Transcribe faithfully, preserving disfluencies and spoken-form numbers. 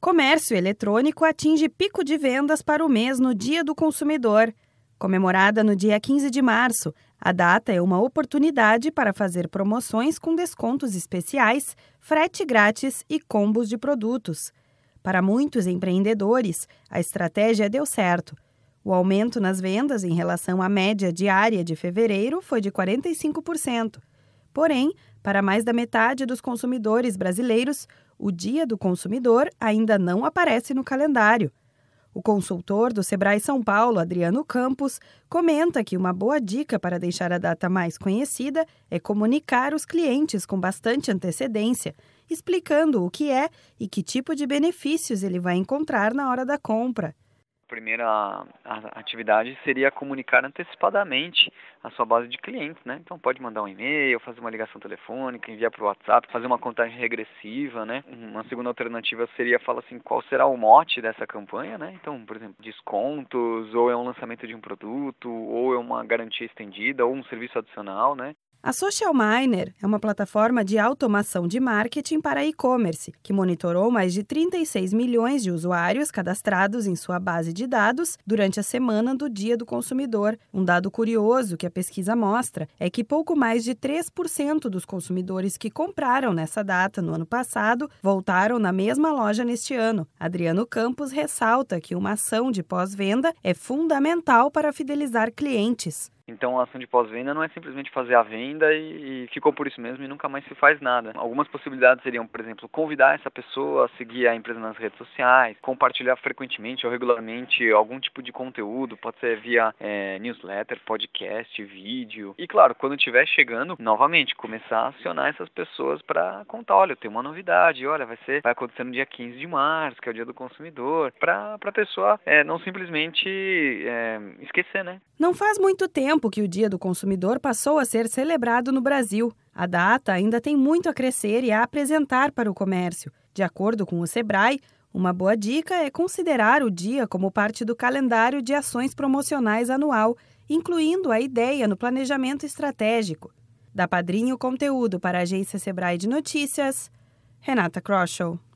Comércio eletrônico atinge pico de vendas para o mês no Dia do Consumidor. Comemorada no dia quinze de março, a data é uma oportunidade para fazer promoções com descontos especiais, frete grátis e combos de produtos. Para muitos empreendedores, a estratégia deu certo. O aumento nas vendas em relação à média diária de fevereiro foi de quarenta e cinco por cento. Porém, para mais da metade dos consumidores brasileiros, o Dia do Consumidor ainda não aparece no calendário. O consultor do Sebrae São Paulo, Adriano Campos, comenta que uma boa dica para deixar a data mais conhecida é comunicar os clientes com bastante antecedência, explicando o que é e que tipo de benefícios ele vai encontrar na hora da compra. A primeira atividade seria comunicar antecipadamente a sua base de clientes, né? Então pode mandar um e-mail, fazer uma ligação telefônica, enviar para o WhatsApp, fazer uma contagem regressiva, né? Uma segunda alternativa seria falar assim, qual será o mote dessa campanha, né? Então, por exemplo, descontos, ou é um lançamento de um produto, ou é uma garantia estendida, ou um serviço adicional, né? A Social Miner é uma plataforma de automação de marketing para e-commerce, que monitorou mais de trinta e seis milhões de usuários cadastrados em sua base de dados durante a semana do Dia do Consumidor. Um dado curioso que a pesquisa mostra é que pouco mais de três por cento dos consumidores que compraram nessa data no ano passado voltaram na mesma loja neste ano. Adriano Campos ressalta que uma ação de pós-venda é fundamental para fidelizar clientes. Então, a ação de pós-venda não é simplesmente fazer a venda e, e ficou por isso mesmo e nunca mais se faz nada. Algumas possibilidades seriam, por exemplo, convidar essa pessoa a seguir a empresa nas redes sociais, compartilhar frequentemente ou regularmente algum tipo de conteúdo, pode ser via é, newsletter, podcast, vídeo. E, claro, quando estiver chegando, novamente, começar a acionar essas pessoas para contar, olha, eu tenho uma novidade, olha, vai, ser, vai acontecer no dia quinze de março, que é o Dia do Consumidor, para a pessoa é, não simplesmente é, esquecer, né? Não faz muito tempo que o Dia do Consumidor passou a ser celebrado no Brasil. A data ainda tem muito a crescer e a apresentar para o comércio. De acordo com o Sebrae, uma boa dica é considerar o dia como parte do calendário de ações promocionais anual, incluindo a ideia no planejamento estratégico. Da Padrinho Conteúdo para a agência Sebrae de Notícias, Renata Kroschel.